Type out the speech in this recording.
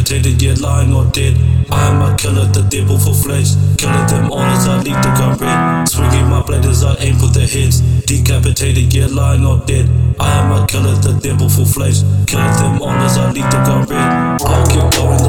Decapitated, yet lying or dead. I am a killer, the devil for flesh. Killing them all as I lead the gun red. Swinging my blade as I aim for their heads. Decapitated, yet lying or dead. I am a killer, the devil for flesh. Killing them all as I lead the gun red. I'll keep going